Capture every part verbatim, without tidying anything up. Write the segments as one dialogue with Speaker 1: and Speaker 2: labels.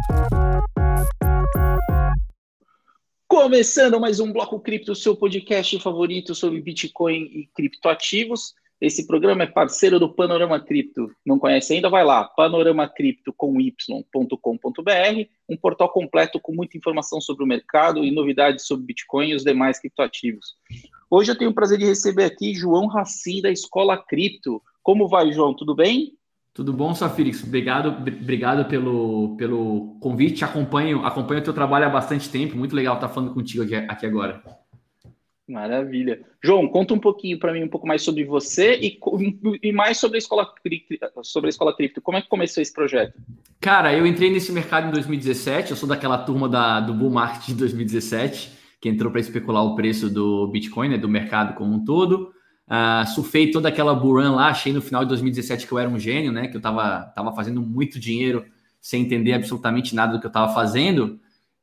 Speaker 1: Começando mais um Bloco Cripto, seu podcast favorito sobre Bitcoin e criptoativos. Esse programa é parceiro do Panorama Cripto. Não conhece ainda? Vai lá, panorama cripto com y ponto com ponto b r, um portal completo com muita informação sobre o mercado e novidades sobre Bitcoin e os demais criptoativos. Hoje eu tenho o prazer de receber aqui João Raci, da Escola Cripto. Como vai, João? Tudo bem?
Speaker 2: Tudo bom, Safirix? Obrigado, obrigado pelo, pelo convite. Acompanho, acompanho o teu trabalho há bastante tempo. Muito legal estar falando contigo aqui, aqui agora.
Speaker 1: Maravilha. João, conta um pouquinho para mim, um pouco mais sobre você e, e mais sobre a Escola Cripto, sobre a Escola Cripto. Como é que começou esse projeto?
Speaker 2: Cara, eu entrei nesse mercado em dois mil e dezessete. Eu sou daquela turma da, do bull market de dois mil e dezessete, que entrou para especular o preço do Bitcoin, né, do mercado como um todo. Uh, surfei toda aquela bull run lá, achei no final de dois mil e dezessete que eu era um gênio, né? Que eu tava, tava fazendo muito dinheiro sem entender absolutamente nada do que eu tava fazendo.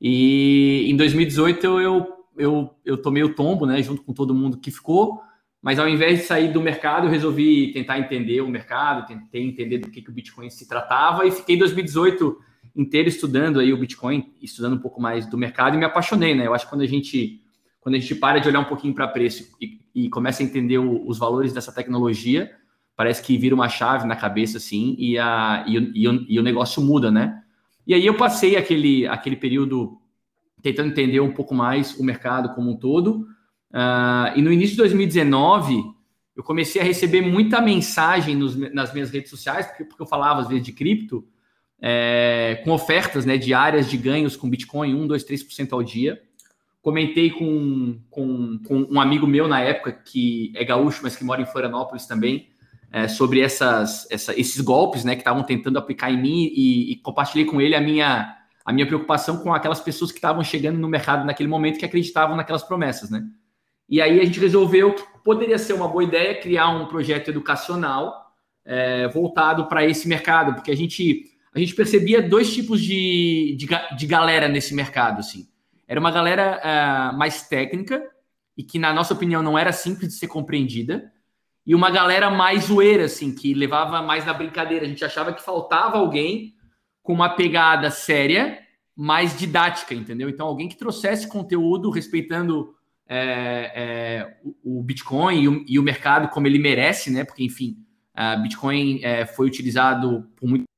Speaker 2: E em dois mil e dezoito eu, eu, eu tomei o tombo, né? Junto com todo mundo que ficou. Mas ao invés de sair do mercado, eu resolvi tentar entender o mercado, tentei entender do que, que o Bitcoin se tratava e fiquei dois mil e dezoito inteiro estudando aí o Bitcoin, estudando um pouco mais do mercado e me apaixonei, né? Eu acho que quando a gente... Quando a gente para de olhar um pouquinho para preço e, e começa a entender o, os valores dessa tecnologia, parece que vira uma chave na cabeça, assim, e, a, e, o, e, o, e o negócio muda, né? E aí eu passei aquele, aquele período tentando entender um pouco mais o mercado como um todo. Uh, e no início de dois mil e dezenove, eu comecei a receber muita mensagem nos, nas minhas redes sociais, porque, porque eu falava, às vezes, de cripto, é, com ofertas, né, diárias de ganhos com Bitcoin, um, dois, três por cento ao dia. Comentei com, com, com um amigo meu na época, que é gaúcho, mas que mora em Florianópolis também, é, sobre essas, essa, esses golpes, né, que estavam tentando aplicar em mim e, e compartilhei com ele a minha, a minha preocupação com aquelas pessoas que estavam chegando no mercado naquele momento que acreditavam naquelas promessas, né? E aí a gente resolveu que poderia ser uma boa ideia criar um projeto educacional é, voltado para esse mercado, porque a gente, a gente percebia dois tipos de, de, de galera nesse mercado, assim. Era uma galera uh, mais técnica e que, na nossa opinião, não era simples de ser compreendida. E uma galera mais zoeira, assim, que levava mais na brincadeira. A gente achava que faltava alguém com uma pegada séria, mais didática, entendeu? Então, alguém que trouxesse conteúdo respeitando é, é, o, o Bitcoin e o, e o mercado como ele merece, né? Porque, enfim, uh, Bitcoin é, foi utilizado por muito...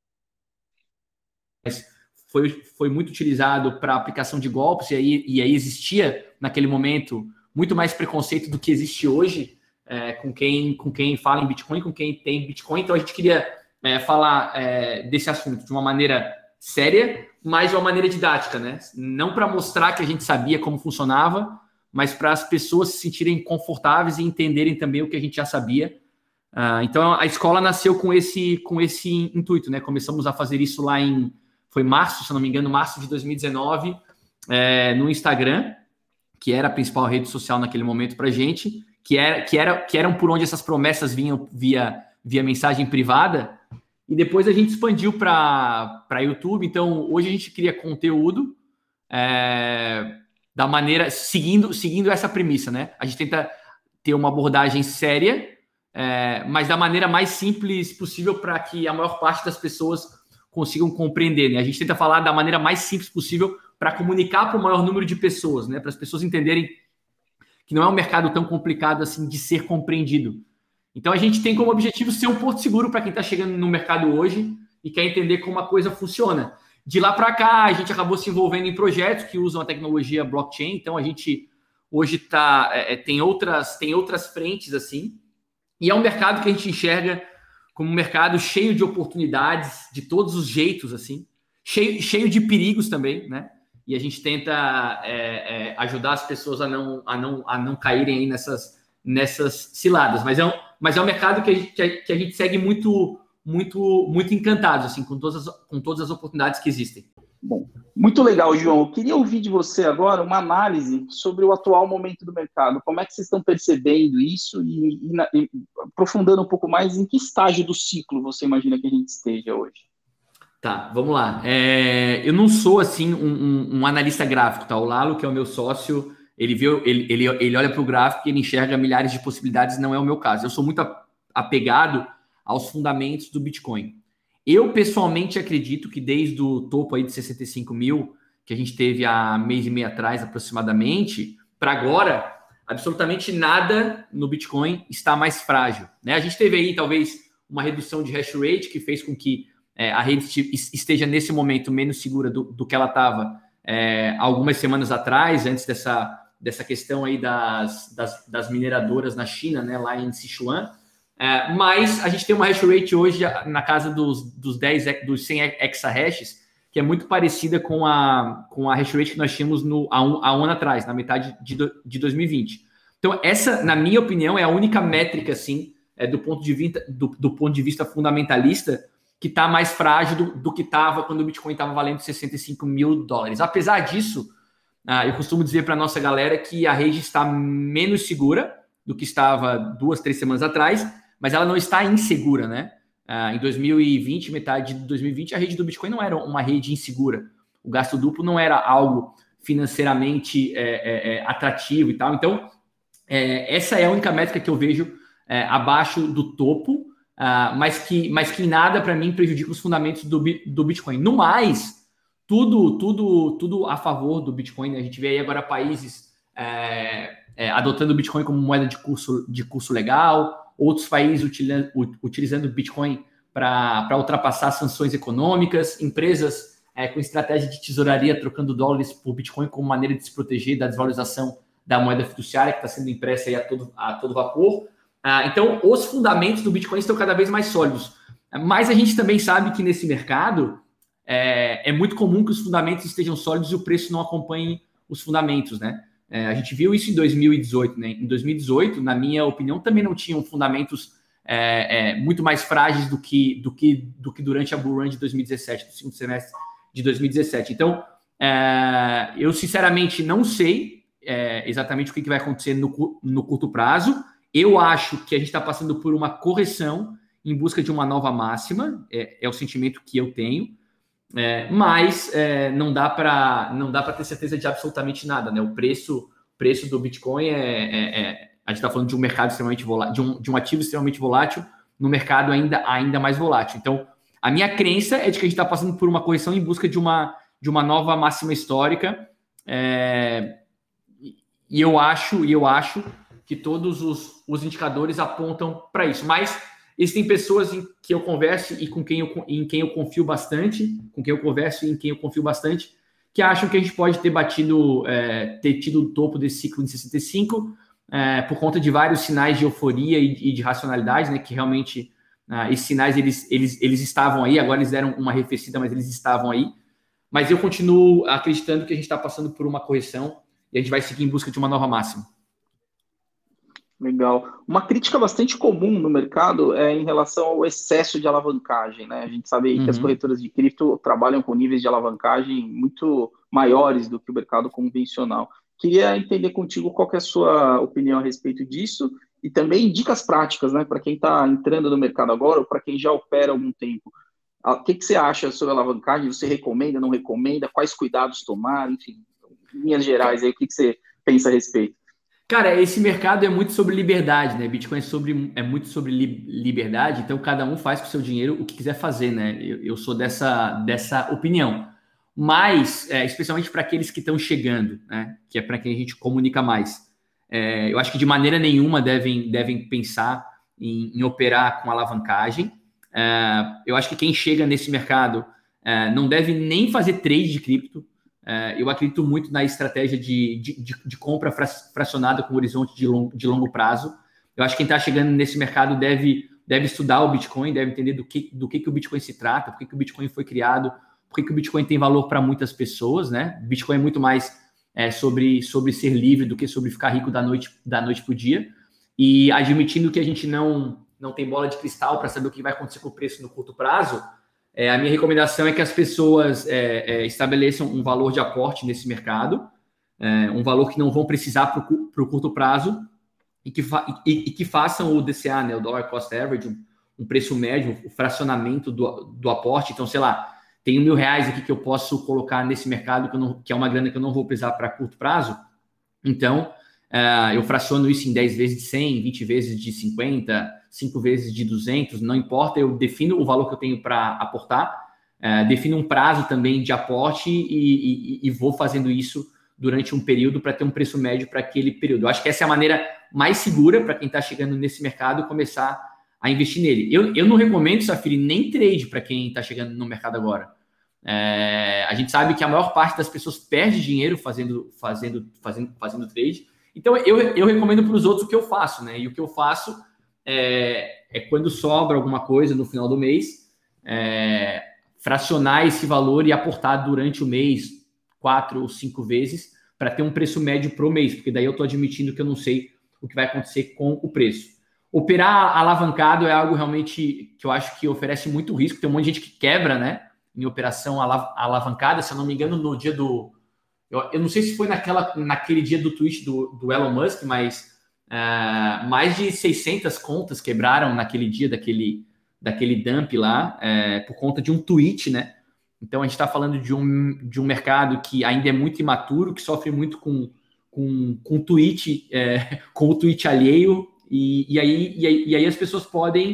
Speaker 2: Foi, foi muito utilizado para aplicação de golpes, e aí, e aí existia, naquele momento, muito mais preconceito do que existe hoje é, com, quem, com quem fala em Bitcoin, com quem tem Bitcoin. Então, a gente queria é, falar é, desse assunto de uma maneira séria, mas de uma maneira didática, né? Não para mostrar que a gente sabia como funcionava, mas para as pessoas se sentirem confortáveis e entenderem também o que a gente já sabia. Uh, então, a escola nasceu com esse, com esse intuito, né? Começamos a fazer isso lá em... Foi março, se não me engano, março de dois mil e dezenove, é, no Instagram, que era a principal rede social naquele momento para a gente, que, era, que, era, que eram por onde essas promessas vinham via, via mensagem privada, e depois a gente expandiu para YouTube. Então, hoje a gente cria conteúdo é, da maneira, seguindo, seguindo essa premissa, né? A gente tenta ter uma abordagem séria, é, mas da maneira mais simples possível para que a maior parte das pessoas consigam compreender, né? A gente tenta falar da maneira mais simples possível para comunicar para o maior número de pessoas, né? Para as pessoas entenderem que não é um mercado tão complicado assim de ser compreendido. Então a gente tem como objetivo ser um porto seguro para quem está chegando no mercado hoje e quer entender como a coisa funciona. De lá para cá, a gente acabou se envolvendo em projetos que usam a tecnologia blockchain. Então a gente hoje tá, é, tem, outras, tem outras frentes assim, e é um mercado que a gente enxerga como um mercado cheio de oportunidades, de todos os jeitos, assim, cheio, cheio de perigos também, né? E a gente tenta é, é, ajudar as pessoas a não, a não, a não caírem aí nessas, nessas ciladas. Mas é um, mas é um mercado que a gente, que a gente segue muito, muito, muito encantado, assim, com todas as, com todas as oportunidades que existem.
Speaker 1: Bom, muito legal, João. Eu queria ouvir de você agora uma análise sobre o atual momento do mercado. Como é que vocês estão percebendo isso e, e, e aprofundando um pouco mais, em que estágio do ciclo você imagina que a gente esteja hoje?
Speaker 2: Tá, vamos lá. É, eu não sou, assim, um, um, um analista gráfico, tá? O Lalo, que é o meu sócio, ele, vê, ele, ele, ele olha para o gráfico e ele enxerga milhares de possibilidades, não é o meu caso. Eu sou muito apegado aos fundamentos do Bitcoin. Eu, pessoalmente, acredito que desde o topo aí de sessenta e cinco mil, que a gente teve há mês e meio atrás, aproximadamente, para agora, absolutamente nada no Bitcoin está mais frágil, né? A gente teve aí, talvez, uma redução de hash rate que fez com que é, a rede esteja, nesse momento, menos segura do, do que ela estava é, algumas semanas atrás, antes dessa, dessa questão aí das, das, das mineradoras na China, né, lá em Sichuan. É, mas a gente tem uma hash rate hoje na casa dos, dos, dez, dos cem exahashes, que é muito parecida com a, com a hash rate que nós tínhamos no, há, um, há um ano atrás, na metade de, do, de dois mil e vinte. Então, essa, na minha opinião, é a única métrica, assim, é, do, ponto de vista, do, do ponto de vista fundamentalista, que está mais frágil do, do que estava quando o Bitcoin estava valendo sessenta e cinco mil dólares. Apesar disso, ah, eu costumo dizer para a nossa galera que a rede está menos segura do que estava duas, três semanas atrás, mas ela não está insegura, né? Ah, em dois mil e vinte, metade de dois mil e vinte, a rede do Bitcoin não era uma rede insegura. O gasto duplo não era algo financeiramente é, é, é, atrativo e tal. Então, é, essa é a única métrica que eu vejo é, abaixo do topo, uh, mas, que, mas que em nada, para mim, prejudica os fundamentos do, do Bitcoin. No mais, tudo, tudo, tudo a favor do Bitcoin, né? A gente vê aí agora países é, é, adotando o Bitcoin como moeda de curso, de curso legal, outros países utilizando, utilizando o Bitcoin para ultrapassar sanções econômicas, empresas é, com estratégia de tesouraria trocando dólares por Bitcoin como maneira de se proteger da desvalorização da moeda fiduciária que está sendo impressa aí a todo, a todo vapor. Ah, então, os fundamentos do Bitcoin estão cada vez mais sólidos. Mas a gente também sabe que nesse mercado é, é muito comum que os fundamentos estejam sólidos e o preço não acompanhe os fundamentos, né? É, a gente viu isso em dois mil e dezoito, né? Em dois mil e dezoito, na minha opinião, também não tinham fundamentos é, é, muito mais frágeis do que, do, que, do que durante a bull run de dois mil e dezessete, do segundo semestre de dois mil e dezessete. Então, é, eu sinceramente não sei é, exatamente o que, que vai acontecer no, no curto prazo. Eu acho que a gente está passando por uma correção em busca de uma nova máxima, é, é o sentimento que eu tenho, é, mas é, não dá para não dá para ter certeza de absolutamente nada, né? O preço, preço do Bitcoin é, é, é a gente está falando de um mercado extremamente volátil, de um, de um ativo extremamente volátil, no mercado ainda, ainda mais volátil. Então, a minha crença é de que a gente está passando por uma correção em busca de uma, de uma nova máxima histórica, é, e eu acho, e eu acho que todos os, os indicadores apontam para isso. Mas existem pessoas em que eu converso e com quem eu, em quem eu confio bastante, com quem eu converso e em quem eu confio bastante, que acham que a gente pode ter batido, é, ter tido o topo desse ciclo de sessenta e cinco, é, por conta de vários sinais de euforia e, e de racionalidade, né, que realmente ah, esses sinais eles, eles, eles estavam aí, agora eles deram uma arrefecida, mas eles estavam aí. Mas eu continuo acreditando que a gente está passando por uma correção e a gente vai seguir em busca de uma nova máxima.
Speaker 1: Legal. Uma crítica bastante comum no mercado é em relação ao excesso de alavancagem, né? A gente sabe aí uhum. que as corretoras de cripto trabalham com níveis de alavancagem muito maiores do que o mercado convencional. Queria entender contigo qual que é a sua opinião a respeito disso e também dicas práticas, né? Para quem está entrando no mercado agora ou para quem já opera há algum tempo. O que, que você acha sobre alavancagem? Você recomenda, não recomenda? Quais cuidados tomar? Enfim, em linhas gerais, aí, o que, que você pensa a respeito?
Speaker 2: Cara, esse mercado é muito sobre liberdade, né? Bitcoin é, sobre, é muito sobre li, liberdade, então cada um faz com o seu dinheiro o que quiser fazer, né? Eu, eu sou dessa, dessa opinião. Mas, é, especialmente para aqueles que estão chegando, né? Que é para quem a gente comunica mais. É, eu acho que de maneira nenhuma devem, devem pensar em, em operar com alavancagem. É, eu acho que quem chega nesse mercado é, não deve nem fazer trade de cripto. Uh, eu acredito muito na estratégia de, de, de, de compra fracionada com horizonte de, long, de longo prazo. Eu acho que quem está chegando nesse mercado deve, deve estudar o Bitcoin, deve entender do que, do que, que o Bitcoin se trata, por que, que o Bitcoin foi criado, por que, que o Bitcoin tem valor para muitas pessoas, né? O Bitcoin é muito mais é, sobre, sobre ser livre do que sobre ficar rico da noite, da noite para o dia. E admitindo que a gente não, não tem bola de cristal para saber o que vai acontecer com o preço no curto prazo, É, a minha recomendação é que as pessoas é, é, estabeleçam um valor de aporte nesse mercado, é, um valor que não vão precisar para o curto prazo e que, e, e que façam o D C A, né, o Dollar Cost Average, um, um preço médio, o fracionamento do, do aporte. Então, sei lá, tenho mil reais aqui que eu posso colocar nesse mercado, que, eu não, que é uma grana que eu não vou precisar para curto prazo. Então, é, eu fraciono isso em dez vezes de cem, vinte vezes de cinquenta, cinco vezes de duzentos, não importa, eu defino o valor que eu tenho para aportar, é, defino um prazo também de aporte e, e, e vou fazendo isso durante um período para ter um preço médio para aquele período. Eu acho que essa é a maneira mais segura para quem está chegando nesse mercado começar a investir nele. Eu, eu não recomendo, Safiri, nem trade para quem está chegando no mercado agora. É, a gente sabe que a maior parte das pessoas perde dinheiro fazendo, fazendo, fazendo, fazendo trade. Então, eu, eu recomendo para os outros o que eu faço, né? E o que eu faço é, é quando sobra alguma coisa no final do mês, é, fracionar esse valor e aportar durante o mês quatro ou cinco vezes para ter um preço médio para o mês, porque daí eu estou admitindo que eu não sei o que vai acontecer com o preço. Operar alavancado é algo realmente que eu acho que oferece muito risco. Tem um monte de gente que quebra, né, em operação alavancada. Se eu não me engano, no dia do... Eu, eu não sei se foi naquela, naquele dia do tweet do, do Elon Musk, mas uh, mais de seiscentas contas quebraram naquele dia daquele, daquele dump lá, uh, por conta de um tweet, né? Então, a gente está falando de um, de um mercado que ainda é muito imaturo, que sofre muito com, com, com, tweet, é, com o tweet alheio, e, e, aí, e, aí, e aí as pessoas podem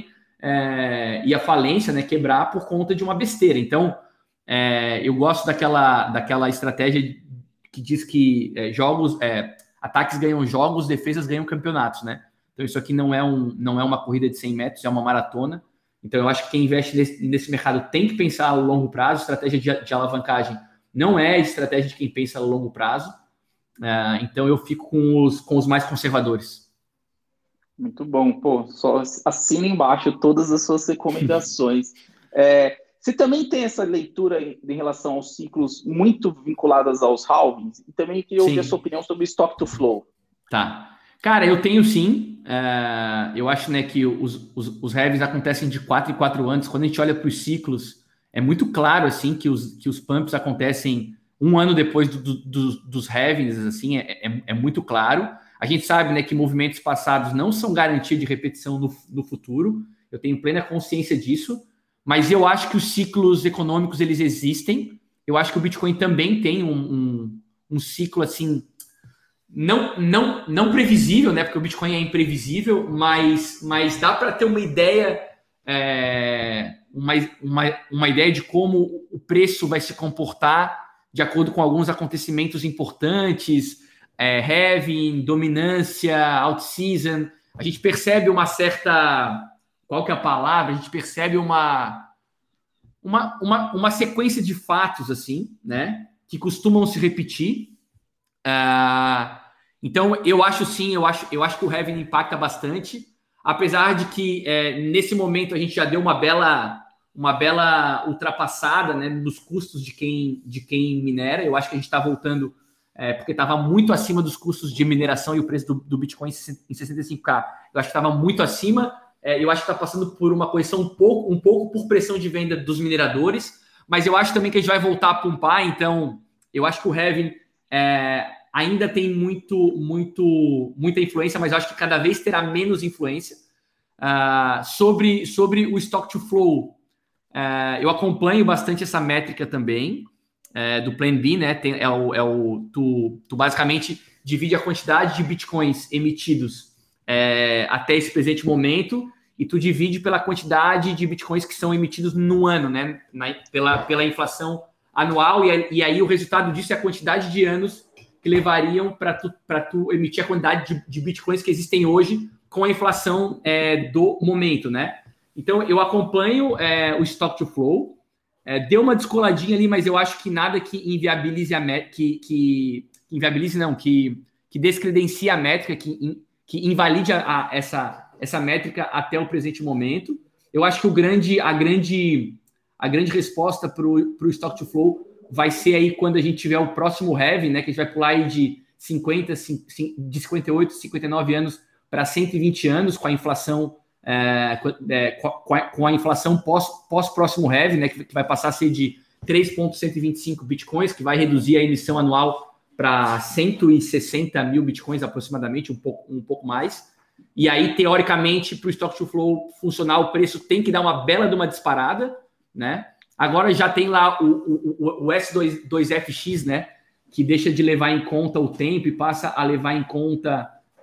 Speaker 2: é, ir à falência, né, quebrar por conta de uma besteira. Então, é, eu gosto daquela, daquela estratégia que diz que é, jogos, é, ataques ganham jogos, defesas ganham campeonatos, né? Então, isso aqui não é, um, não é uma corrida de cem metros, é uma maratona. Então, eu acho que quem investe nesse, nesse mercado tem que pensar a longo prazo. Estratégia de, de alavancagem não é estratégia de quem pensa a longo prazo. Uh, então, eu fico com os, com os mais conservadores.
Speaker 1: Muito bom. Pô, só assina embaixo todas as suas recomendações. é, você também tem essa leitura em, em relação aos ciclos muito vinculadas aos halvings? E também queria ouvir a sua opinião sobre stock to flow.
Speaker 2: Tá. Cara, eu tenho sim. Uh, eu acho, né, que os, os, os halvings acontecem de quatro em quatro anos. Quando a gente olha para os ciclos, é muito claro assim que os, que os pumps acontecem um ano depois do, do, dos halvings, assim, é, é, é muito claro. A gente sabe, né, que movimentos passados não são garantia de repetição no, no futuro. Eu tenho plena consciência disso. Mas eu acho que os ciclos econômicos, eles existem. Eu acho que o Bitcoin também tem um, um, um ciclo, assim... Não, não, não previsível, né? Porque o Bitcoin é imprevisível, mas, mas dá para ter uma ideia, é, uma, uma, uma ideia de como o preço vai se comportar de acordo com alguns acontecimentos importantes, é, halving, dominância, out-season. A gente percebe uma certa... Qual que é a palavra? A gente percebe uma, uma, uma, uma sequência de fatos, assim, né? Que costumam se repetir. Uh, então, eu acho sim, eu acho, eu acho que o halving impacta bastante, apesar de que é, nesse momento a gente já deu uma bela, uma bela ultrapassada, né, nos custos de quem, de quem minera. Eu acho que a gente está voltando, é, porque estava muito acima dos custos de mineração e o preço do, do Bitcoin em sessenta e cinco K. Eu acho que estava muito acima, é, eu acho que está passando por uma correção um pouco, um pouco por pressão de venda dos mineradores, mas eu acho também que a gente vai voltar a pumpar. Então eu acho que o halving é, ainda tem muito, muito, muita influência, mas eu acho que cada vez terá menos influência. Uh, sobre, sobre o stock to flow, uh, eu acompanho bastante essa métrica também, uh, do Plan B, né? Tem, é o, é o, tu, tu basicamente divide a quantidade de bitcoins emitidos uh, até esse presente momento e tu divide pela quantidade de bitcoins que são emitidos no ano, né? Na, pela, pela inflação anual, e, e aí o resultado disso é a quantidade de anos que levariam para tu, para tu emitir a quantidade de, de bitcoins que existem hoje com a inflação é, do momento, né? Então, eu acompanho é, o stock to flow, é, deu uma descoladinha ali, mas eu acho que nada que inviabilize a métrica, que, que, que inviabilize, não, que, que descredencie a métrica, que, que invalide a, a, essa, essa métrica até o presente momento. Eu acho que o grande, a, grande, a grande resposta para o stock to flow vai ser aí quando a gente tiver o próximo halving, né? Que a gente vai pular aí de cinquenta, de cinquenta e oito, cinquenta e nove anos para cento e vinte anos, com a inflação é, com, a, com a inflação pós, pós próximo halving, né? Que, que vai passar a ser de três vírgula cento e vinte e cinco bitcoins, que vai reduzir a emissão anual para cento e sessenta mil bitcoins aproximadamente, um pouco, um pouco mais. E aí, teoricamente, para o stock to flow funcionar, o preço tem que dar uma bela de uma disparada, né? Agora já tem lá o, o, o S dois F X, né? Que deixa de levar em conta o tempo e passa a levar em conta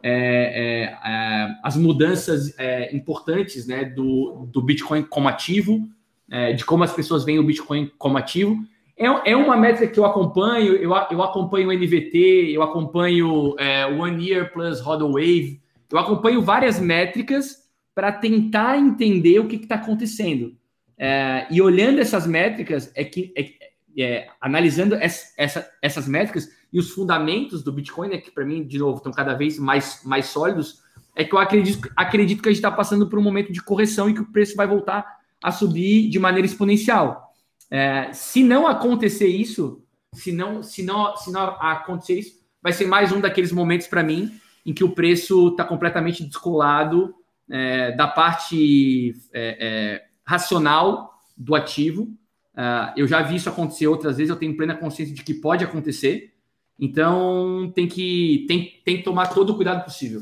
Speaker 2: é, é, as mudanças é, importantes, né, do, do Bitcoin como ativo, é, de como as pessoas veem o Bitcoin como ativo. É, é uma métrica que eu acompanho, eu, eu acompanho o N V T, eu acompanho é, One Year Plus Hodl Wave, eu acompanho várias métricas para tentar entender o que está acontecendo. É, e olhando essas métricas, é que, é, é, analisando essa, essa, essas métricas e os fundamentos do Bitcoin, né, que para mim, de novo, estão cada vez mais, mais sólidos, é que eu acredito, acredito que a gente está passando por um momento de correção e que o preço vai voltar a subir de maneira exponencial. É, se não acontecer isso, se não, se, não, se não acontecer isso, vai ser mais um daqueles momentos para mim em que o preço está completamente descolado é, da parte é, é, racional do ativo. Uh, eu já vi isso acontecer outras vezes, eu tenho plena consciência de que pode acontecer, então tem que, tem, tem que tomar todo o cuidado possível.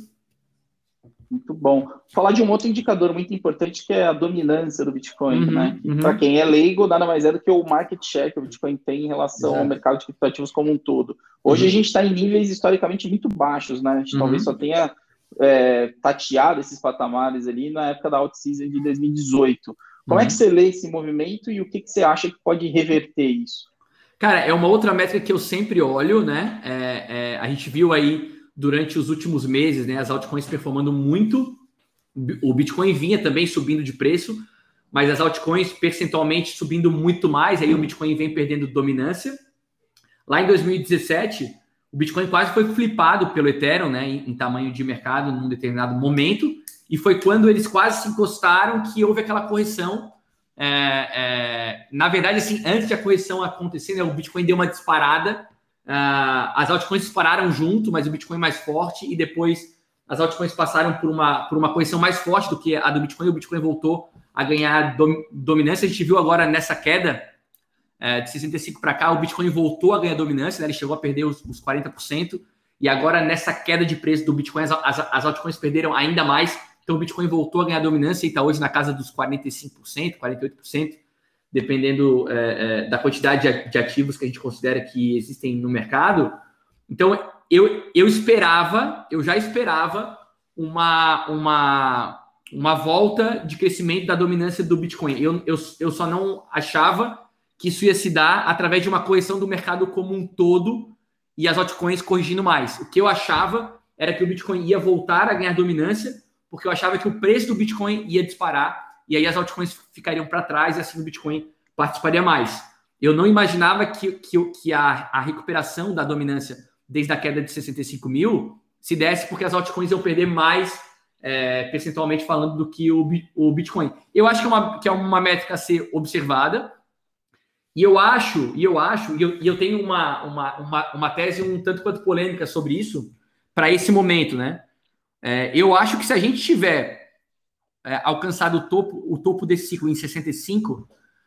Speaker 1: Muito bom. Falar de um outro indicador muito importante que é a dominância do Bitcoin,
Speaker 2: uhum,
Speaker 1: né?
Speaker 2: Uhum.
Speaker 1: Para quem é leigo, nada mais é do que o market share que o Bitcoin tem em relação
Speaker 2: Exato.
Speaker 1: ao mercado de criptoativos como um todo. Hoje uhum. a gente está em níveis historicamente muito baixos, né? A gente uhum. talvez só tenha é, tateado esses patamares ali na época da out-season de dois mil e dezoito. Como uhum. é que você lê esse movimento e o que, que você acha que pode reverter isso?
Speaker 2: Cara, é uma outra métrica que eu sempre olho, né? É, é, a gente viu aí durante os últimos meses, né, as altcoins performando muito. O Bitcoin vinha também subindo de preço, mas as altcoins percentualmente subindo muito mais, aí o Bitcoin vem perdendo dominância. Lá em dois mil e dezessete, o Bitcoin quase foi flipado pelo Ethereum, né, em, em tamanho de mercado num determinado momento, e foi quando eles quase se encostaram que houve aquela correção. É, é, na verdade, assim, antes de a correção acontecer, né, o Bitcoin deu uma disparada, uh, as altcoins dispararam junto, mas o Bitcoin mais forte, e depois as altcoins passaram por uma, por uma correção mais forte do que a do Bitcoin, e o Bitcoin voltou a ganhar dom, dominância. A gente viu agora nessa queda é, de sessenta e cinco para cá, o Bitcoin voltou a ganhar dominância, né, ele chegou a perder os, os quarenta por cento, e agora nessa queda de preço do Bitcoin, as, as, as altcoins perderam ainda mais. Então, o Bitcoin voltou a ganhar dominância e está hoje na casa dos quarenta e cinco por cento, quarenta e oito por cento, dependendo é, é, da quantidade de, de ativos que a gente considera que existem no mercado. Então, eu, eu esperava, eu já esperava uma, uma, uma volta de crescimento da dominância do Bitcoin. Eu, eu, eu só não achava que isso ia se dar através de uma correção do mercado como um todo e as altcoins corrigindo mais. O que eu achava era que o Bitcoin ia voltar a ganhar dominância, porque eu achava que o preço do Bitcoin ia disparar e aí as altcoins ficariam para trás e assim o Bitcoin participaria mais. Eu não imaginava que, que, que a, a recuperação da dominância desde a queda de sessenta e cinco mil se desse porque as altcoins iam perder mais é, percentualmente falando do que o, o Bitcoin. Eu acho que é, uma, que é uma métrica a ser observada e eu acho, e eu acho, e eu, e eu tenho uma, uma, uma, uma tese um tanto quanto polêmica sobre isso para esse momento, né? É, eu acho que se a gente tiver é, alcançado o topo, o topo desse ciclo em sessenta e cinco,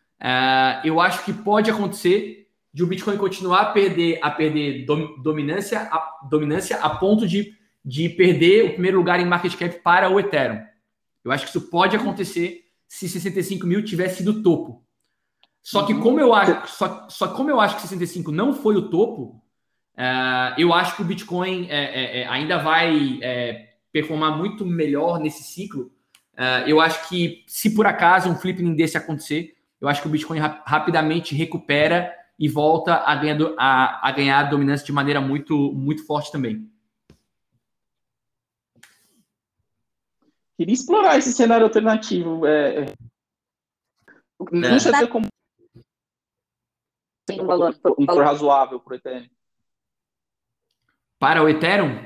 Speaker 2: é, eu acho que pode acontecer de o Bitcoin continuar a perder, a perder dom, dominância, a, dominância a ponto de, de perder o primeiro lugar em market cap para o Ethereum. Eu acho que isso pode acontecer se sessenta e cinco mil tivesse sido o topo. Só que como eu acho, só, só como eu acho que sessenta e cinco não foi o topo, é, eu acho que o Bitcoin é, é, ainda vai é, performar muito melhor nesse ciclo. Uh, eu acho que se por acaso um flipping desse acontecer, eu acho que o Bitcoin ra- rapidamente recupera e volta a ganhar, do, a, a ganhar a dominância de maneira muito, muito forte também.
Speaker 1: Queria explorar esse cenário alternativo. É... Não é. sei como tem um valor, um valor razoável para o Ethereum.
Speaker 2: Para o Ethereum?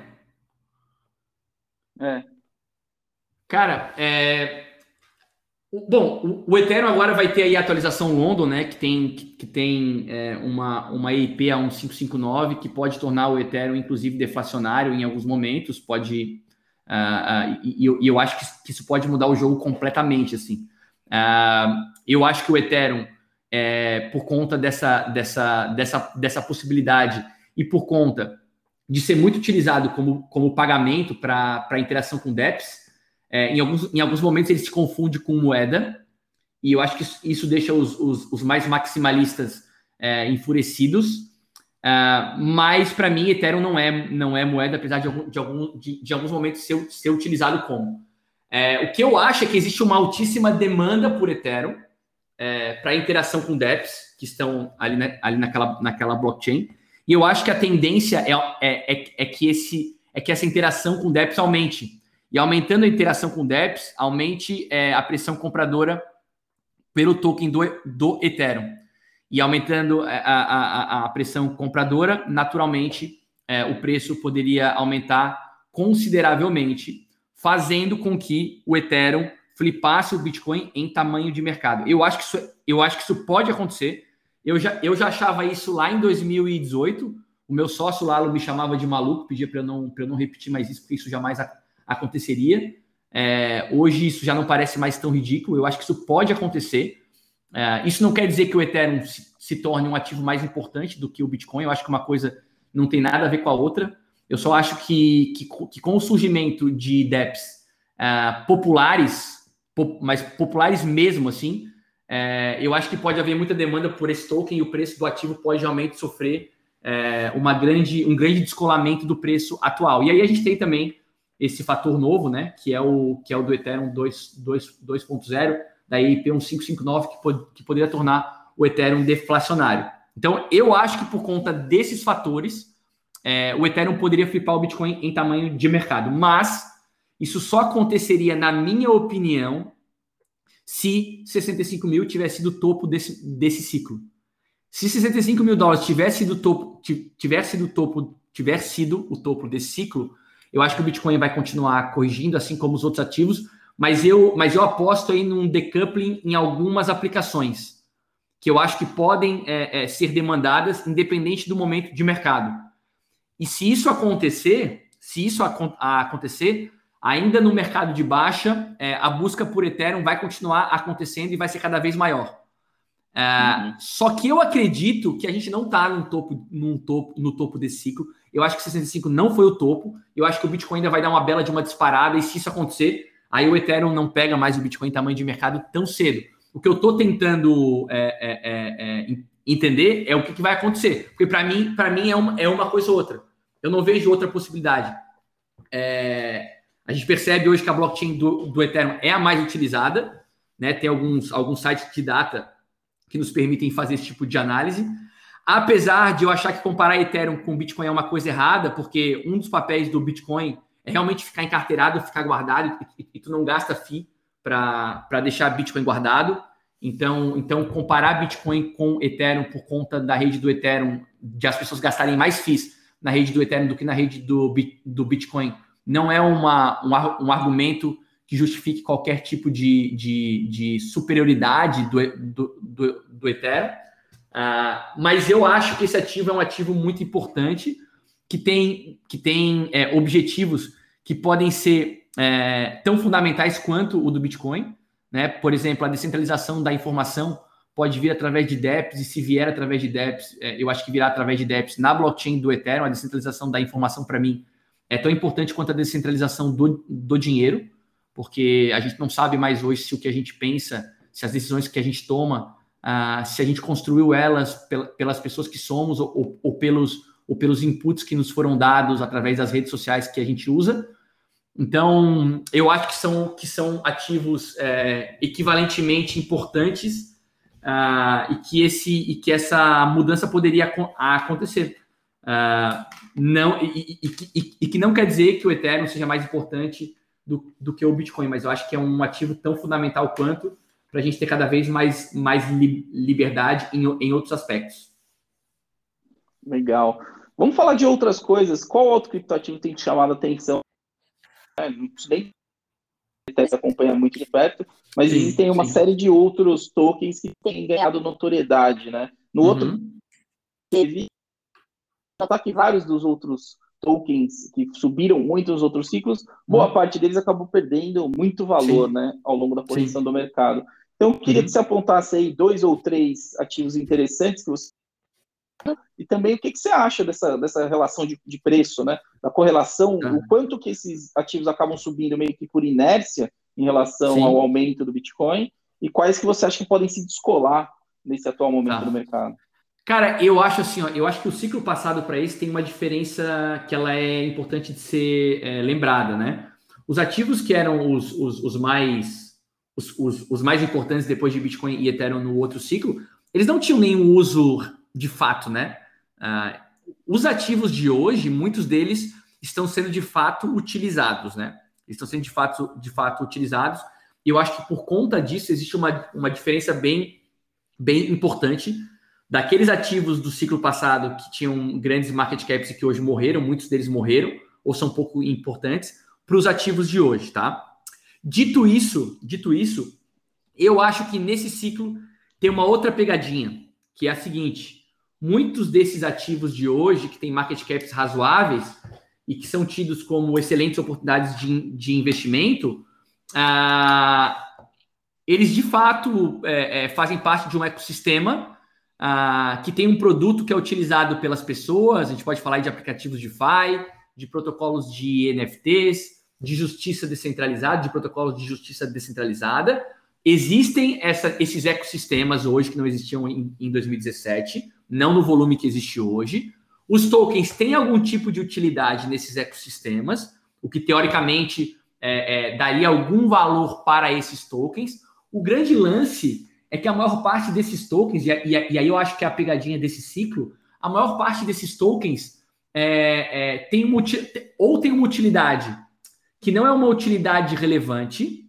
Speaker 1: É.
Speaker 2: Cara, é... bom, o Ethereum agora vai ter aí a atualização London, né, que tem, que tem é, uma, uma E I P A mil quinhentos e cinquenta e nove, que pode tornar o Ethereum, inclusive, deflacionário em alguns momentos, pode... Uh, uh, e, e eu acho que, que isso pode mudar o jogo completamente, assim. Uh, eu acho que o Ethereum, é, por conta dessa, dessa, dessa, dessa possibilidade e por conta de ser muito utilizado como, como pagamento para interação com dApps, é, em, alguns, em alguns momentos ele se confunde com moeda, e eu acho que isso, isso deixa os, os, os mais maximalistas é, enfurecidos. Uh, mas, para mim, Ethereum não é, não é moeda, apesar de, algum, de, algum, de, de alguns momentos ser, ser utilizado como. É, o que eu acho é que existe uma altíssima demanda por Ethereum é, para interação com dApps que estão ali, né, ali naquela, naquela blockchain. E eu acho que a tendência é, é, é, é, que, esse, é que essa interação com dApps aumente. E aumentando a interação com dApps, aumente é, a pressão compradora pelo token do, do Ethereum. E aumentando a, a, a pressão compradora, naturalmente, é, o preço poderia aumentar consideravelmente, fazendo com que o Ethereum flipasse o Bitcoin em tamanho de mercado. Eu acho que isso, eu acho que isso pode acontecer. Eu já, eu já achava isso lá em dois mil e dezoito. O meu sócio lá me chamava de maluco, pedia para eu, não, eu não repetir mais isso, porque isso jamais a, aconteceria. É, hoje isso já não parece mais tão ridículo. Eu acho que isso pode acontecer. É, isso não quer dizer que o Ethereum se, se torne um ativo mais importante do que o Bitcoin. Eu acho que uma coisa não tem nada a ver com a outra. Eu só acho que, que, que com o surgimento de dApps uh, populares, pop, mas populares mesmo assim, uh, eu acho que pode haver muita demanda por esse token e o preço do ativo pode realmente sofrer uh, uma grande, um grande descolamento do preço atual. E aí a gente tem também esse fator novo, né, que é o, que é o do Ethereum dois ponto zero, da E I P quinhentos e cinquenta e nove, que, pod, que poderia tornar o Ethereum deflacionário. Então, eu acho que por conta desses fatores, é, o Ethereum poderia flipar o Bitcoin em tamanho de mercado. Mas isso só aconteceria, na minha opinião, se sessenta e cinco mil tivesse sido o topo desse, desse ciclo. Se sessenta e cinco mil dólares tivesse sido o topo, tivesse sido o topo, tivesse sido o topo desse ciclo, eu acho que o Bitcoin vai continuar corrigindo, assim como os outros ativos, mas eu, mas eu aposto aí num decoupling em algumas aplicações que eu acho que podem é, é, ser demandadas independente do momento de mercado. E se isso acontecer, se isso ac- acontecer, ainda no mercado de baixa, é, a busca por Ethereum vai continuar acontecendo e vai ser cada vez maior. É, uhum. Só que eu acredito que a gente não está no topo, no topo, no topo desse ciclo. Eu acho que sessenta e cinco não foi o topo. Eu acho que o Bitcoin ainda vai dar uma bela de uma disparada, e se isso acontecer, aí o Ethereum não pega mais o Bitcoin em tamanho de mercado tão cedo. O que eu estou tentando é, é, é, entender é o que, que vai acontecer. Porque para mim, para mim é, uma, é uma coisa ou outra. Eu não vejo outra possibilidade. É, a gente percebe hoje que a blockchain do, do Ethereum é a mais utilizada, né? Tem alguns, alguns sites de data que nos permitem fazer esse tipo de análise. Apesar de eu achar que comparar Ethereum com Bitcoin é uma coisa errada, porque um dos papéis do Bitcoin é realmente ficar encarteirado, ficar guardado, e, e tu não gasta F I I para deixar Bitcoin guardado. Então, então, comparar Bitcoin com Ethereum por conta da rede do Ethereum, de as pessoas gastarem mais F I Is na rede do Ethereum do que na rede do, do Bitcoin, não é uma, um, um argumento que justifique qualquer tipo de, de, de superioridade do, do, do, do Ethereum. Uh, mas eu acho que esse ativo é um ativo muito importante, que tem, que tem é, objetivos que podem ser é, tão fundamentais quanto o do Bitcoin, né? Por exemplo, a descentralização da informação pode vir através de dApps, e se vier através de dApps, é, eu acho que virá através de dApps na blockchain do Ethereum. A descentralização da informação, para mim, é tão importante quanto a descentralização do, do dinheiro, porque a gente não sabe mais hoje se o que a gente pensa, se as decisões que a gente toma, uh, se a gente construiu elas pelas pessoas que somos ou, ou, ou, pelos, ou pelos inputs que nos foram dados através das redes sociais que a gente usa. Então, eu acho que são, que são ativos é, equivalentemente importantes uh, e, que esse, e que essa mudança poderia acontecer. Uh, não, e, e, e, e que não quer dizer que o Ethereum seja mais importante do, do que o Bitcoin, mas eu acho que é um ativo tão fundamental quanto, para a gente ter cada vez mais, mais li, liberdade em, em outros aspectos.
Speaker 1: Legal. Vamos falar de outras coisas. Qual outro criptoativo tem te chamado a atenção? É, não nem se acompanha muito de perto, mas sim, existem uma sim. série de outros tokens que têm ganhado notoriedade, né? No uhum. outro, teve ataque vários dos outros tokens que subiram muito nos outros ciclos, boa uhum. parte deles acabou perdendo muito valor, sim. né, ao longo da correção sim. do mercado. Então, eu queria uhum. que você apontasse aí dois ou três ativos interessantes que você... E também o que, que você acha dessa, dessa relação de, de preço, né? Da correlação, uhum. o quanto que esses ativos acabam subindo meio que por inércia em relação sim. ao aumento do Bitcoin, e quais que você acha que podem se descolar nesse atual momento tá. do mercado?
Speaker 2: Cara, eu acho assim, ó, eu acho que o ciclo passado para esse tem uma diferença que ela é importante de ser é, lembrada, né? Os ativos que eram os, os, os mais os, os, os mais importantes depois de Bitcoin e Ethereum no outro ciclo, eles não tinham nenhum uso de fato, né? Ah, os ativos de hoje, muitos deles estão sendo de fato utilizados, né? Estão sendo de fato, de fato utilizados. E eu acho que por conta disso existe uma, uma diferença bem, bem importante daqueles ativos do ciclo passado que tinham grandes market caps e que hoje morreram, muitos deles morreram ou são pouco importantes, para os ativos de hoje, tá? Dito isso, dito isso, eu acho que nesse ciclo tem uma outra pegadinha, que é a seguinte: muitos desses ativos de hoje, que têm market caps razoáveis e que são tidos como excelentes oportunidades de, de investimento, ah, eles de fato é, é, fazem parte de um ecossistema ah, que tem um produto que é utilizado pelas pessoas. A gente pode falar de aplicativos DeFi, de protocolos de N F Ts, de justiça descentralizada, de protocolos de justiça descentralizada. Existem essa, esses ecossistemas hoje que não existiam em, em dois mil e dezessete, não no volume que existe hoje. Os tokens têm algum tipo de utilidade nesses ecossistemas, o que teoricamente é, é, daria algum valor para esses tokens. O grande lance é que a maior parte desses tokens, e, e, e aí eu acho que é a pegadinha desse ciclo, a maior parte desses tokens é, é, tem uma, ou tem uma utilidade que não é uma utilidade relevante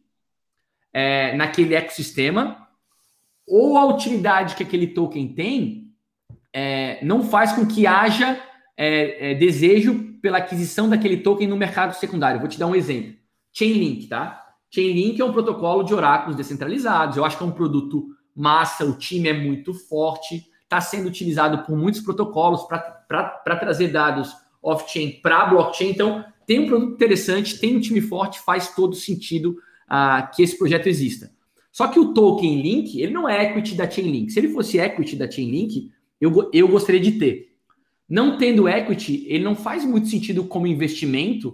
Speaker 2: é, naquele ecossistema, ou a utilidade que aquele token tem é, não faz com que haja é, é, desejo pela aquisição daquele token no mercado secundário. Vou te dar um exemplo. Chainlink, tá? Chainlink é um protocolo de oráculos descentralizados. Eu acho que é um produto massa, o time é muito forte, está sendo utilizado por muitos protocolos para trazer dados off-chain para blockchain. Então, tem um produto interessante, tem um time forte, faz todo sentido uh, que esse projeto exista. Só que o token Link, ele não é equity da Chainlink. Se ele fosse equity da Chainlink, eu, eu gostaria de ter. Não tendo equity, ele não faz muito sentido como investimento,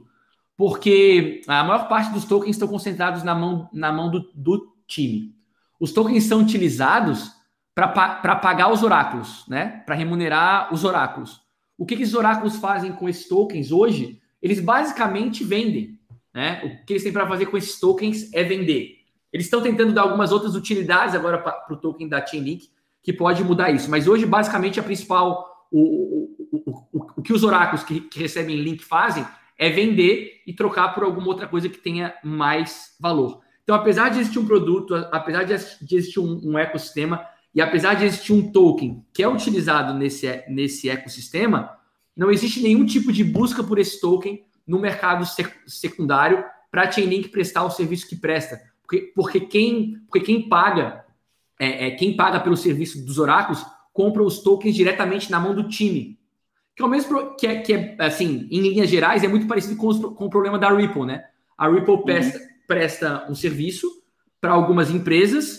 Speaker 2: porque a maior parte dos tokens estão concentrados na mão, na mão do, do time. Os tokens são utilizados para pagar os oráculos, né? Para remunerar os oráculos. O que, que os oráculos fazem com esses tokens hoje? Eles basicamente vendem, né? O que eles têm para fazer com esses tokens é vender. Eles estão tentando dar algumas outras utilidades agora para o token da Chainlink, que pode mudar isso. Mas hoje, basicamente, a principal... O, o, o, o, o que os oráculos que, que recebem link fazem é vender e trocar por alguma outra coisa que tenha mais valor. Então, apesar de existir um produto, apesar de existir um, um ecossistema, e apesar de existir um token que é utilizado nesse, nesse ecossistema, não existe nenhum tipo de busca por esse token no mercado sec- secundário para a Chainlink prestar o serviço que presta. Porque, porque, quem, porque quem paga é, é, quem paga pelo serviço dos oráculos compra os tokens diretamente na mão do time. Que é o mesmo que é, que é assim, em linhas gerais, é muito parecido com, os, com o problema da Ripple, né? A Ripple presta, uhum. presta um serviço para algumas empresas,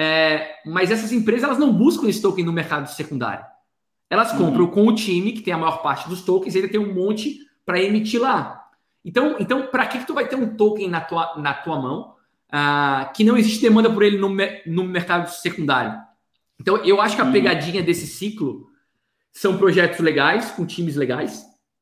Speaker 2: é, mas essas empresas elas não buscam esse token no mercado secundário. Elas compram uhum. com o time, que tem a maior parte dos tokens, ele tem um monte para emitir lá. Então, então para que, que tu vai ter um token na tua, na tua mão uh, que não existe demanda por ele no, no mercado secundário? Então, eu acho que a uhum. pegadinha desse ciclo são projetos legais, com times legais,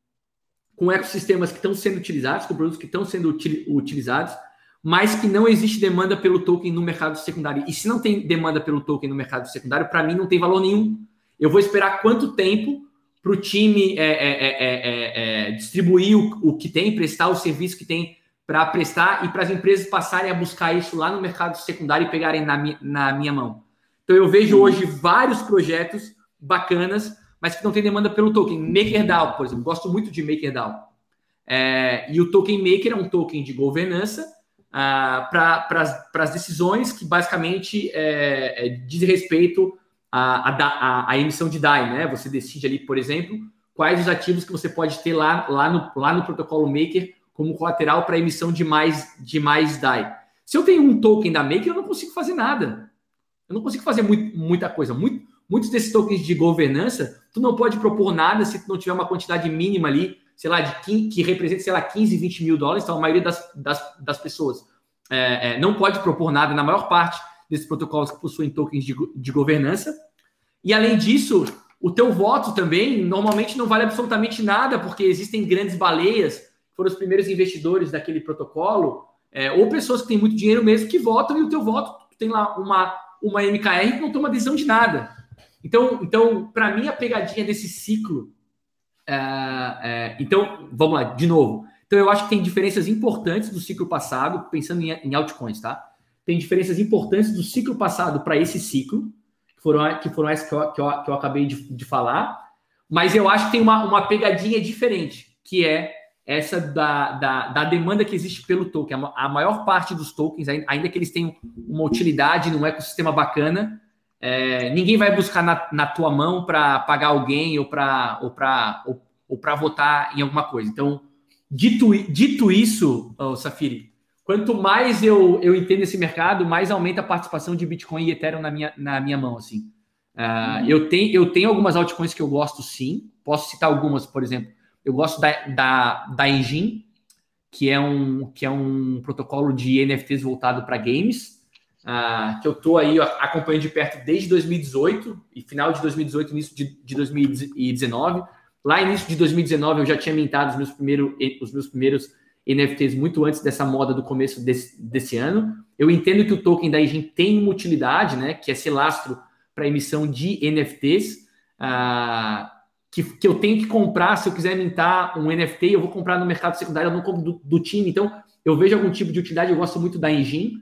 Speaker 2: com ecossistemas que estão sendo utilizados, com produtos que estão sendo util, utilizados, mas que não existe demanda pelo token no mercado secundário. E se não tem demanda pelo token no mercado secundário, para mim não tem valor nenhum. Eu vou esperar quanto tempo para o time é, é, é, é, é, distribuir o, o que tem, prestar o serviço que tem para prestar e para as empresas passarem a buscar isso lá no mercado secundário e pegarem na, mi, na minha mão. Então eu vejo hoje vários projetos bacanas, mas que não tem demanda pelo token. MakerDAO, por exemplo, gosto muito de MakerDAO. É, e o token Maker é um token de governança ah, para as decisões que basicamente é, é, diz respeito à, à, à emissão de D A I, né? Você decide ali, por exemplo, quais os ativos que você pode ter lá, lá, no, lá no protocolo Maker como colateral para emissão de mais, de mais D A I. Se eu tenho um token da Maker, eu não consigo fazer nada. Eu não consigo fazer muito, muita coisa. Muito, muitos desses tokens de governança, tu não pode propor nada se tu não tiver uma quantidade mínima ali, sei lá, de quinze, que representa, sei lá, quinze, vinte mil dólares. Então, a maioria das, das, das pessoas é, é, não pode propor nada na maior parte desses protocolos que possuem tokens de, de governança. E, além disso, O teu voto também normalmente não vale absolutamente nada, porque existem grandes baleias, que foram os primeiros investidores daquele protocolo, é, ou pessoas que têm muito dinheiro mesmo que votam, e o teu voto tem lá uma, uma M K R que não toma decisão de nada. Então, então para mim, a pegadinha desse ciclo... É, é, então, vamos lá, de novo. Então, eu acho que tem diferenças importantes do ciclo passado, pensando em, em altcoins, tá? Tem diferenças importantes do ciclo passado para esse ciclo, que foram, que foram essas que eu, que eu, que eu acabei de, de falar, mas eu acho que tem uma, uma pegadinha diferente, que é essa da, da, da demanda que existe pelo token. A maior parte dos tokens, ainda que eles tenham uma utilidade num ecossistema bacana, é, ninguém vai buscar na, na tua mão para pagar alguém ou para ou para ou, ou para votar em alguma coisa. Então, dito, dito isso, oh, Safiri, quanto mais eu, eu entendo esse mercado, mais aumenta a participação de Bitcoin e Ethereum na minha, na minha mão, assim. Uh, uhum. eu, tenho, eu tenho algumas altcoins que eu gosto, sim. Posso citar algumas, por exemplo. Eu gosto da, da, da Engine, que é, um, que é um protocolo de N F Ts voltado para games, uh, que eu estou aí acompanhando de perto desde dois mil e dezoito, e final de dois mil e dezoito, início de, de dois mil e dezenove. Lá, início de dois mil e dezenove, eu já tinha mintado os meus, primeiro, os meus primeiros N F Ts muito antes dessa moda do começo desse, desse ano. Eu entendo que o token da Engine tem uma utilidade, né, que é ser lastro para emissão de N F Ts, uh, que, que eu tenho que comprar. Se eu quiser mintar um N F T, eu vou comprar no mercado secundário, eu não compro do, do time. Então, eu vejo algum tipo de utilidade, eu gosto muito da Engine.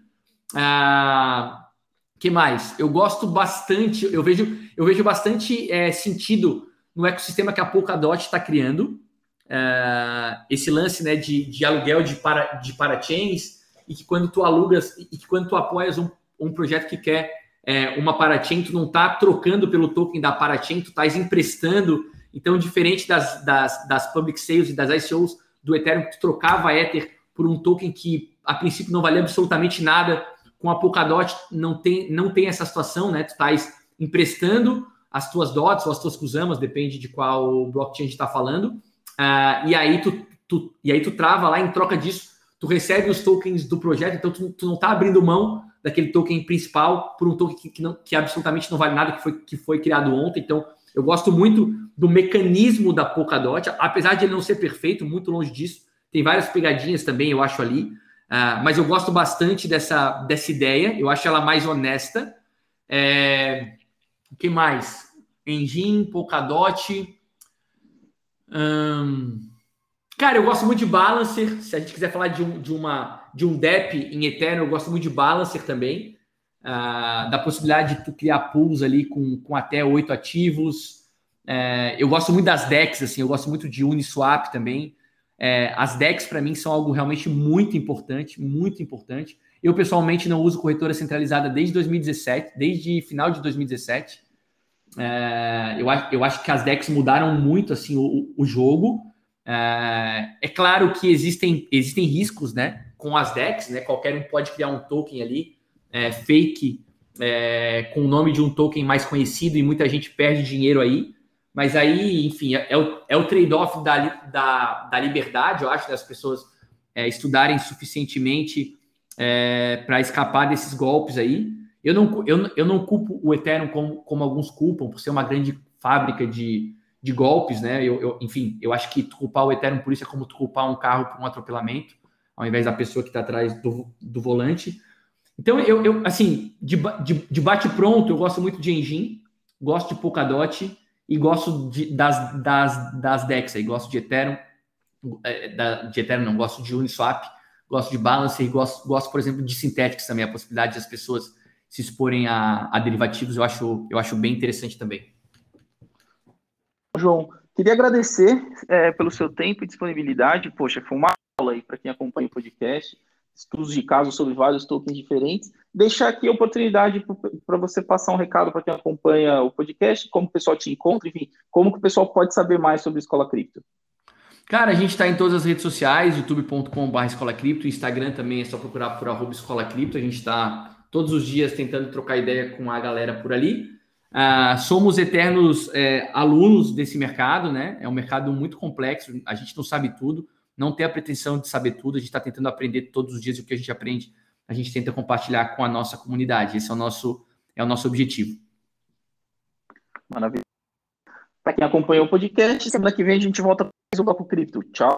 Speaker 2: Uh, que mais? Eu gosto bastante, eu vejo, eu vejo bastante é, sentido no ecossistema que a Polkadot está criando. Uh, esse lance, né, de, de aluguel de, para, de parachains, e que quando tu alugas, e que quando tu apoias um, um projeto que quer é, uma parachain, tu não tá trocando pelo token da parachain, tu estás emprestando. Então, diferente das, das, das public sales e das I C Os do Ethereum, que tu trocava Ether por um token que a princípio não valia absolutamente nada, com a Polkadot não tem, não tem essa situação, né? Tu estás emprestando as tuas dots ou as tuas kusamas, depende de qual blockchain a gente está falando, uh, e, aí tu, tu, e aí tu trava lá, em troca disso, tu recebe os tokens do projeto, então tu, tu não está abrindo mão daquele token principal por um token que, que, não, que absolutamente não vale nada, que foi, que foi criado ontem. Então, eu gosto muito do mecanismo da Polkadot, apesar de ele não ser perfeito, muito longe disso. Tem várias pegadinhas também, eu acho, ali. Uh, mas eu gosto bastante dessa, dessa ideia. Eu acho ela mais honesta. É... O que mais? Engine, Polkadot. Hum... Cara, eu gosto muito de Balancer. Se a gente quiser falar de um, de uma, de um D E P em Ethereum, eu gosto muito de Balancer também. Uh, da possibilidade de tu criar pools ali com, com até oito ativos. Uh, eu gosto muito das D E Xs, assim, eu gosto muito de Uniswap também. Uh, as D E Xs, para mim, são algo realmente muito importante, muito importante. Eu, pessoalmente, não uso corretora centralizada desde dois mil e dezessete, desde final de dois mil e dezessete. Uh, eu, eu acho que as D E Xs mudaram muito, assim, o, o jogo. Uh, é claro que existem, existem riscos, né, com as D E Xs, né? Qualquer um pode criar um token ali, é, fake, é, com o nome de um token mais conhecido, e muita gente perde dinheiro aí. Mas aí, enfim, é, é o, é o trade-off da, da, da liberdade, eu acho, das pessoas é, estudarem suficientemente é, para escapar desses golpes aí. Eu não, eu, eu não culpo o Ethereum como, como alguns culpam, por ser uma grande fábrica de, de golpes, né? Eu, eu, enfim, eu acho que tu culpar o Ethereum por isso é como tu culpar um carro por um atropelamento, ao invés da pessoa que está atrás do, do volante. Então, eu, eu assim, de, de, de bate-pronto, eu gosto muito de Engine, gosto de Polkadot e gosto de, das, das, das D E Xs aí, gosto de Ethereum, de Ethereum não, gosto de Uniswap, gosto de Balancer, gosto, gosto, por exemplo, de Synthetix também, a possibilidade das pessoas se exporem a, a derivativos, eu acho, eu acho bem interessante também.
Speaker 1: João, queria agradecer é, pelo seu tempo e disponibilidade. Poxa, foi uma aula aí para quem acompanha o podcast, estudos de caso sobre vários tokens diferentes. Deixar aqui a oportunidade para você passar um recado para quem acompanha o podcast, como o pessoal te encontra, enfim, como que o pessoal pode saber mais sobre Escola Cripto.
Speaker 2: Cara, a gente está em todas as redes sociais, youtube ponto com barra escola cripto, Instagram também é só procurar por arroba escola cripto. A gente está todos os dias tentando trocar ideia com a galera por ali. Uh, somos eternos é, alunos desse mercado, né? É um mercado muito complexo, a gente não sabe tudo, não tem a pretensão de saber tudo, a gente está tentando aprender todos os dias, e o que a gente aprende, a gente tenta compartilhar com a nossa comunidade. Esse é o nosso, é o nosso objetivo.
Speaker 1: Maravilha. Para quem acompanhou o podcast, semana que vem a gente volta com mais um Bloco Cripto. Tchau.